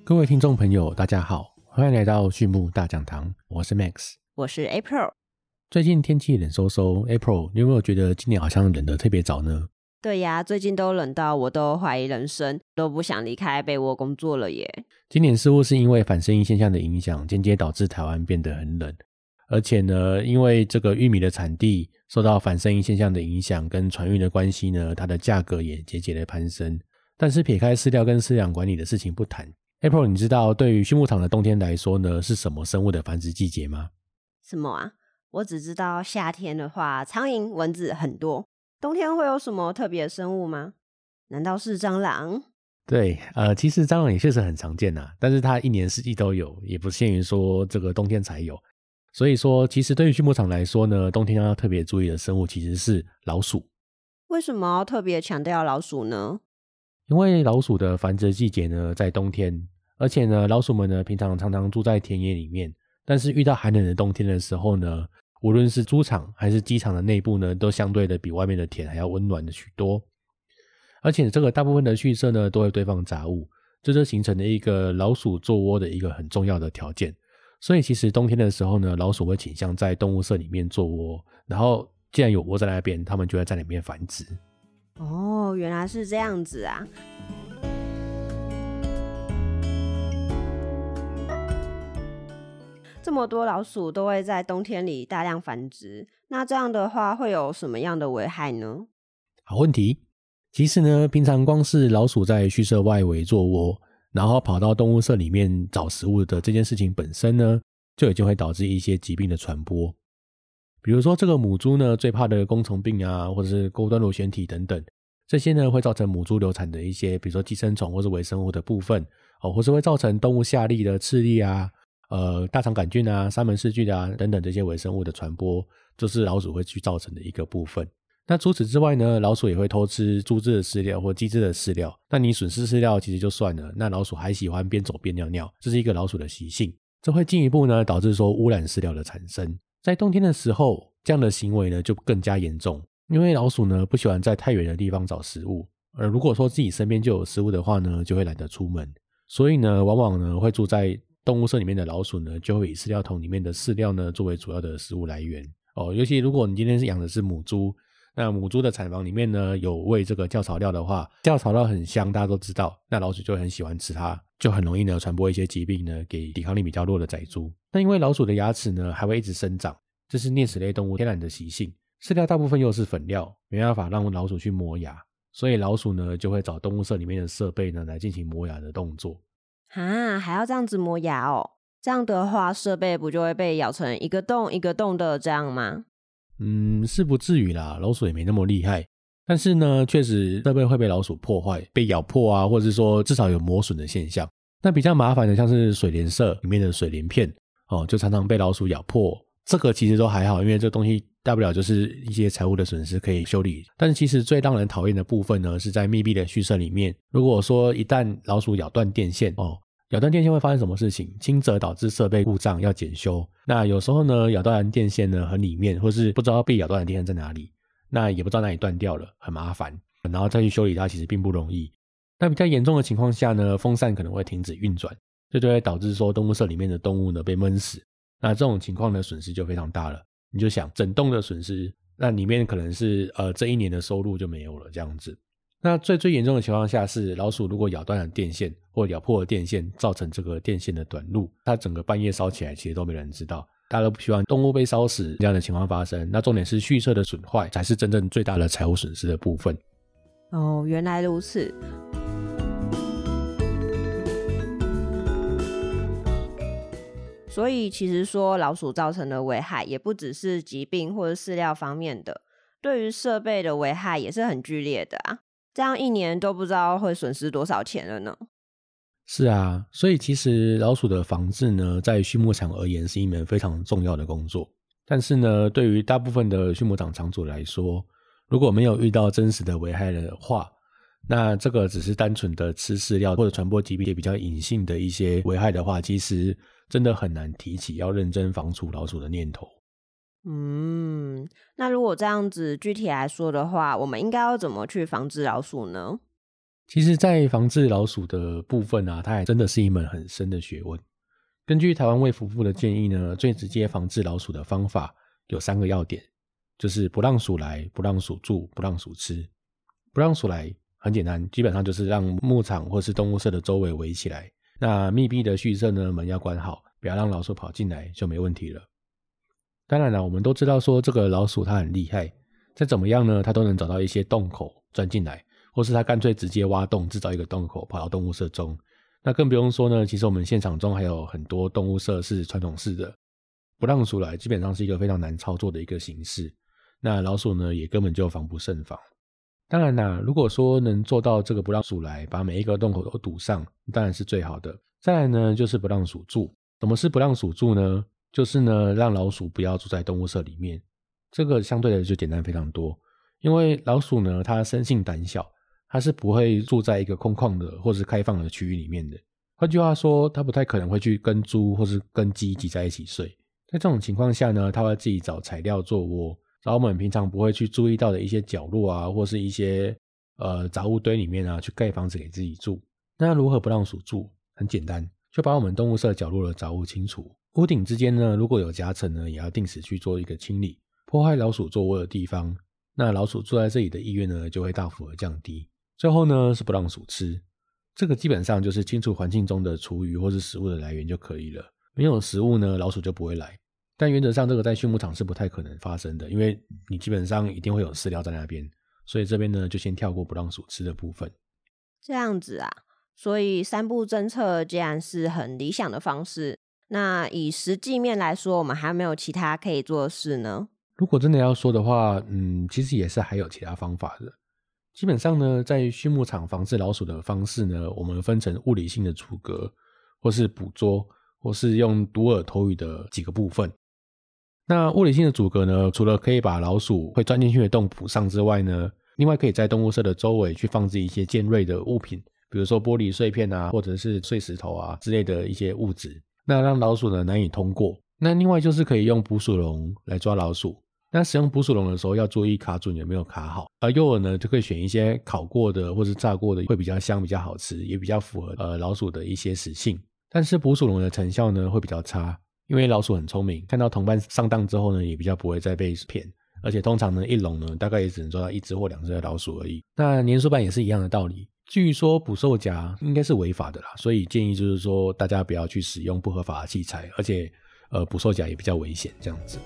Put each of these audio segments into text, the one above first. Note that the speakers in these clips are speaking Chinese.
各位听众朋友大家好，欢迎来到畜牧大讲堂，我是 Max， 我是 April。 最近天气冷飕飕， April 你有没有觉得今年好像冷得特别早呢？ 对呀，最近都冷到我都怀疑人生，都不想离开被窝工作了耶。 今年似乎是因为反声音现象的影响，间接导致台湾变得很冷，而且呢，因为这个玉米的产地受到反声音现象的影响跟船运的关系呢，它的价格也节节的攀升。但是撇开饲料跟饲养管理的事情不谈， April 你知道对于畜牧场的冬天来说呢，是什么生物的繁殖季节吗？ 什么啊？我只知道夏天的话苍蝇蚊子很多，冬天会有什么特别的生物吗？难道是蟑螂？ 对，其实蟑螂也确实很常见啊，但是它一年四季都有，也不限于说这个冬天才有。所以说其实对于畜牧场来说呢，冬天要特别注意的生物其实是老鼠。 为什么要特别强调老鼠呢？ 因为老鼠的繁殖季节呢在冬天，而且呢老鼠们呢平常常常住在田野里面，但是遇到寒冷的冬天的时候呢，无论是猪场还是鸡场的内部呢，都相对的比外面的田还要温暖的许多。而且这个大部分的畜舍呢都会堆放杂物，这就形成了一个老鼠做窝的一个很重要的条件。所以其实冬天的时候呢，老鼠会倾向在动物舍里面做窝，然后既然有窝在那边，它们就会在里面繁殖。 哦，原来是这样子啊。这么多老鼠都会在冬天里大量繁殖，那这样的话会有什么样的危害呢？ 好问题。其实呢，平常光是老鼠在畜舍外围做窝，然后跑到动物舍里面找食物的这件事情本身呢，就已经会导致一些疾病的传播。比如说这个母猪呢最怕的弓虫病啊，或者是钩端螺旋体等等，这些呢会造成母猪流产的一些比如说寄生虫或是微生物的部分，或是会造成动物下痢的赤痢啊、大肠杆菌啊、沙门氏菌啊等等这些微生物的传播，就是老鼠会去造成的一个部分。那除此之外呢，老鼠也会偷吃猪只的饲料或鸡只的饲料，那你损失饲料其实就算了，那老鼠还喜欢边走边尿尿，这是一个老鼠的习性，这会进一步呢导致说污染饲料的产生。在冬天的时候，这样的行为呢就更加严重，因为老鼠呢不喜欢在太远的地方找食物，而如果说自己身边就有食物的话呢，就会懒得出门，所以呢往往呢会住在动物舍里面的老鼠呢，就会以饲料桶里面的饲料呢作为主要的食物来源。尤其如果你今天是养的是母猪，那母猪的产房里面呢有喂这个酵草料的话，酵草料很香，大家都知道，那老鼠就很喜欢吃它，就很容易呢传播一些疾病呢给抵抗力比较弱的仔猪。那因为老鼠的牙齿呢还会一直生长，这是啮齿类动物天然的习性，饲料大部分又是粉料，没办法让老鼠去磨牙，所以老鼠呢就会找动物舍里面的设备呢来进行磨牙的动作。 还要这样子磨牙哦？这样的话设备不就会被咬成一个洞一个洞的这样吗？ 是不至于啦，老鼠也没那么厉害，但是呢确实设备会被老鼠破坏，被咬破啊，或者是说至少有磨损的现象。那比较麻烦的像是水帘舍里面的水帘片就常常被老鼠咬破，这个其实都还好，因为这东西大不了就是一些财务的损失可以修理。但是其实最让人讨厌的部分呢，是在密闭的畜舍里面，如果说一旦老鼠咬断电线咬断电线会发生什么事情？轻则导致设备故障要检修，那有时候呢咬断电线呢很里面，或是不知道被咬断的电线在哪里，那也不知道哪里断掉了，很麻烦，然后再去修理它其实并不容易。那比较严重的情况下呢，风扇可能会停止运转，这就会导致说动物舍里面的动物呢被闷死，那这种情况的损失就非常大了。你就想整栋的损失，那里面可能是这一年的收入就没有了这样子。那最严重的情况下是老鼠如果咬断了电线或咬破了电线，造成这个电线的短路，它整个半夜烧起来其实都没人知道，大家都不希望动物被烧死这样的情况发生。那重点是畜舍的损坏才是真正最大的财务损失的部分。 原来如此。所以其实说老鼠造成的危害也不只是疾病或者饲料方面的，对于设备的危害也是很剧烈的啊。这样一年都不知道会损失多少钱了呢。 是啊，所以其实老鼠的防治呢，在畜牧场而言是一门非常重要的工作。但是呢，对于大部分的畜牧场场主来说，如果没有遇到真实的危害的话，那这个只是单纯的吃饲料或者传播疾病也比较隐性的一些危害的话，其实真的很难提起要认真防除老鼠的念头。 那如果这样子具体来说的话，我们应该要怎么去防治老鼠呢？ 其实在防治老鼠的部分啊，它还真的是一门很深的学问。根据台湾卫福部的建议呢，最直接防治老鼠的方法有3个要点，就是不让鼠来，不让鼠住，不让鼠吃。不让鼠来很简单，基本上就是让牧场或是动物舍的周围围起来，那密闭的畜舍呢，门要关好，不要让老鼠跑进来就没问题了。当然了，我们都知道说这个老鼠它很厉害，再怎么样呢，它都能找到一些洞口钻进来，或是它干脆直接挖洞制造一个洞口跑到动物舍中。那更不用说呢，其实我们现场中还有很多动物舍是传统式的，不让鼠来基本上是一个非常难操作的一个形式，那老鼠呢也根本就防不胜防。当然啦，如果说能做到这个不让鼠来，把每一个洞口都堵上，当然是最好的。再来呢，就是不让鼠住。什么是不让鼠住呢？就是呢，让老鼠不要住在动物舍里面。这个相对的就简单非常多，因为老鼠呢，它生性胆小，它是不会住在一个空旷的或是开放的区域里面的。换句话说，它不太可能会去跟猪或是跟鸡挤在一起睡。在这种情况下呢，它会自己找材料做窝，找我们平常不会去注意到的一些角落啊，或是一些杂物堆里面啊，去盖房子给自己住。那如何不让鼠住？很简单，就把我们动物舍角落的杂物清除。屋顶之间呢，如果有夹层呢，也要定时去做一个清理。破坏老鼠做窝的地方，那老鼠住在这里的意愿呢，就会大幅的降低。最后呢，是不让鼠吃。这个基本上就是清除环境中的厨余或是食物的来源就可以了。没有食物呢，老鼠就不会来。但原则上这个在畜牧场是不太可能发生的，因为你基本上一定会有饲料在那边，所以这边呢就先跳过不让鼠吃的部分。 这样子啊，所以3步政策既然是很理想的方式，那以实际面来说，我们还有没有其他可以做的事呢？ 如果真的要说的话，其实也是还有其他方法的。基本上呢，在畜牧场防治老鼠的方式呢，我们分成物理性的阻隔，或是捕捉，或是用独耳投语的几个部分。那物理性的阻隔呢，除了可以把老鼠会钻进去的洞补上之外呢，另外可以在动物舍的周围去放置一些尖锐的物品，比如说玻璃碎片啊，或者是碎石头啊之类的一些物质，那让老鼠呢难以通过。那另外就是可以用捕鼠笼来抓老鼠。那使用捕鼠笼的时候要注意卡准有没有卡好，而诱饵呢就可以选一些烤过的或是炸过的，会比较香比较好吃，也比较符合老鼠的一些食性。但是捕鼠笼的成效呢会比较差，因为老鼠很聪明，看到同伴上当之后呢也比较不会再被骗，而且通常呢一笼呢大概也只能抓到1只或2只的老鼠而已。那粘鼠板也是一样的道理，据说捕兽夹应该是违法的啦，所以建议就是说大家不要去使用不合法的器材，而且捕兽夹也比较危险这样子。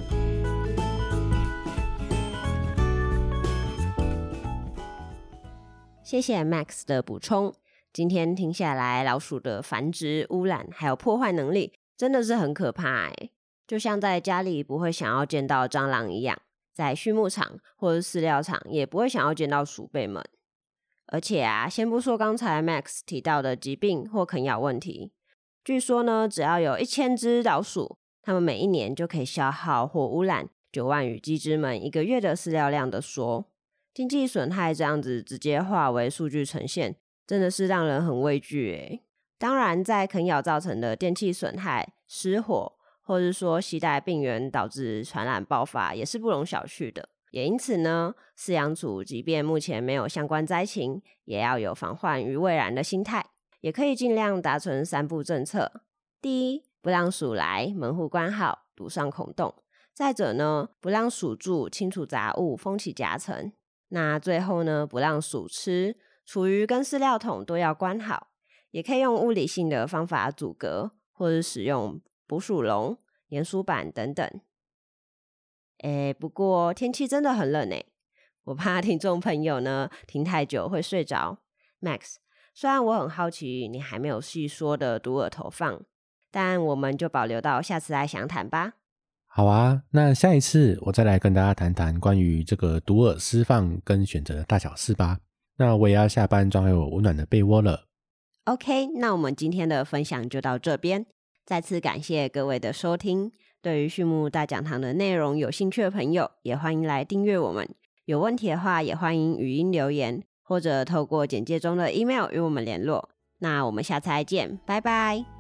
谢谢 Max 的补充。今天听下来，老鼠的繁殖、污染还有破坏能力真的是很可怕耶。就像在家里不会想要见到蟑螂一样，在畜牧场或者饲料厂也不会想要见到鼠辈们。而且啊，先不说刚才 Max 提到的疾病或啃咬问题，据说呢，只要有1000只老鼠，它们每一年就可以消耗或污染9万羽鸡只们1个月的饲料量的说。经济损害这样子直接化为数据呈现，真的是让人很畏惧耶。当然在啃咬造成的电气损害、失火，或是说携带病原导致传染爆发也是不容小觑的。也因此呢，饲养组即便目前没有相关灾情，也要有防患于未然的心态，也可以尽量达成3步政策。第一，不让鼠来，门户关好，堵上孔洞。再者呢，不让鼠住，清除杂物，封起夹层。那最后呢，不让鼠吃，厨余跟饲料桶都要关好，也可以用物理性的方法阻隔，或者使用捕鼠笼、粘鼠板等等。不过天气真的很冷耶，我怕听众朋友呢听太久会睡着。Max， 虽然我很好奇你还没有细说的独耳投放，但我们就保留到下次来详谈吧。 好啊，那下一次我再来跟大家谈谈关于这个独耳施放跟选择的大小事吧。那我也要下班装回我温暖的被窝了。 OK， 那我们今天的分享就到这边，再次感谢各位的收听。对于畜牧大讲堂的内容有兴趣的朋友，也欢迎来订阅我们。有问题的话，也欢迎语音留言，或者透过简介中的 email 与我们联络。那我们下次再见，拜拜。